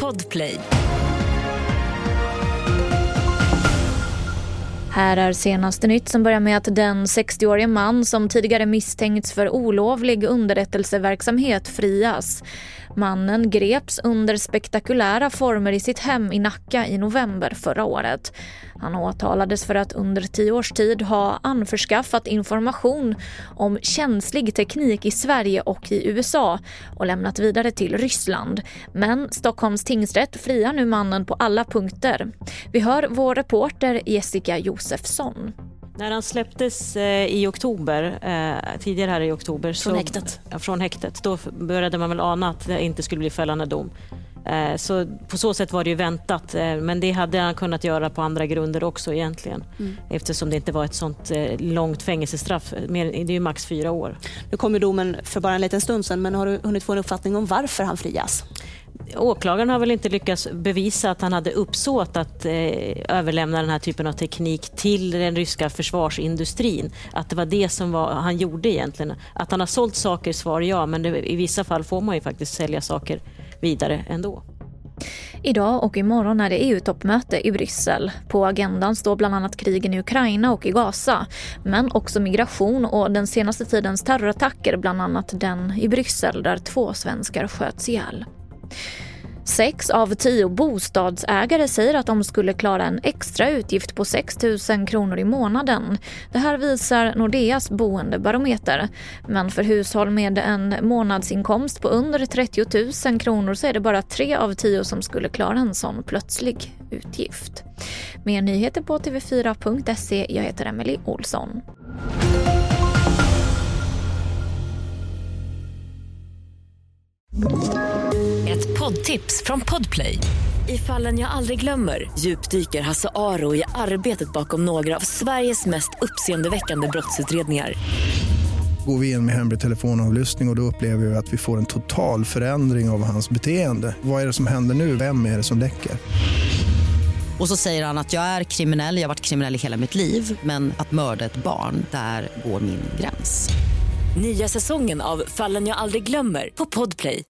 Podplay. Här är senaste nytt som börjar med att den 60-årige man som tidigare misstänkts för olovlig underrättelseverksamhet frias. Mannen greps under spektakulära former i sitt hem i Nacka i november förra året. Han åtalades för att under 10 års tid ha anförskaffat information om känslig teknik i Sverige och i USA och lämnat vidare till Ryssland. Men Stockholms tingsrätt friar nu mannen på alla punkter. Vi hör vår reporter Jessica Josefsson. När han släpptes i oktober, tidigare här i oktober, från häktet, då började man väl ana att det inte skulle bli fällande dom. Så på så sätt var det ju väntat, men det hade han kunnat göra på andra grunder också egentligen. Eftersom det inte var ett sånt långt fängelsestraff, det är ju max 4 år. Nu kom ju domen för bara en liten stund sedan, men har du hunnit få en uppfattning om varför han frias? Åklagaren har väl inte lyckats bevisa att han hade uppsåt att överlämna den här typen av teknik till den ryska försvarsindustrin. Att det var det som han gjorde egentligen. Att han har sålt saker, svar ja, men i vissa fall får man ju faktiskt sälja saker vidare ändå. Idag och imorgon är det EU-toppmöte i Bryssel. På agendan står bland annat krigen i Ukraina och i Gaza, men också migration och den senaste tidens terrorattacker, bland annat den i Bryssel där 2 svenskar sköts ihjäl. 6 av 10 bostadsägare säger att de skulle klara en extra utgift på 6 000 kronor i månaden. Det här visar Nordeas boendebarometer. Men för hushåll med en månadsinkomst på under 30 000 kronor så är det bara 3 av 10 som skulle klara en sån plötslig utgift. Mer nyheter på tv4.se. Jag heter Emily Olsson. Ett poddtips från Podplay. I Fallen jag aldrig glömmer djupdyker Hasse Aro i arbetet bakom några av Sveriges mest uppseendeväckande brottsutredningar. Går vi in med hemlig telefonavlyssning och då upplever vi att vi får en total förändring av hans beteende. Vad är det som händer nu? Vem är det som läcker? Och så säger han att jag är kriminell, jag har varit kriminell i hela mitt liv. Men att mörda ett barn, där går min gräns. Nya säsongen av Fallen jag aldrig glömmer på Podplay.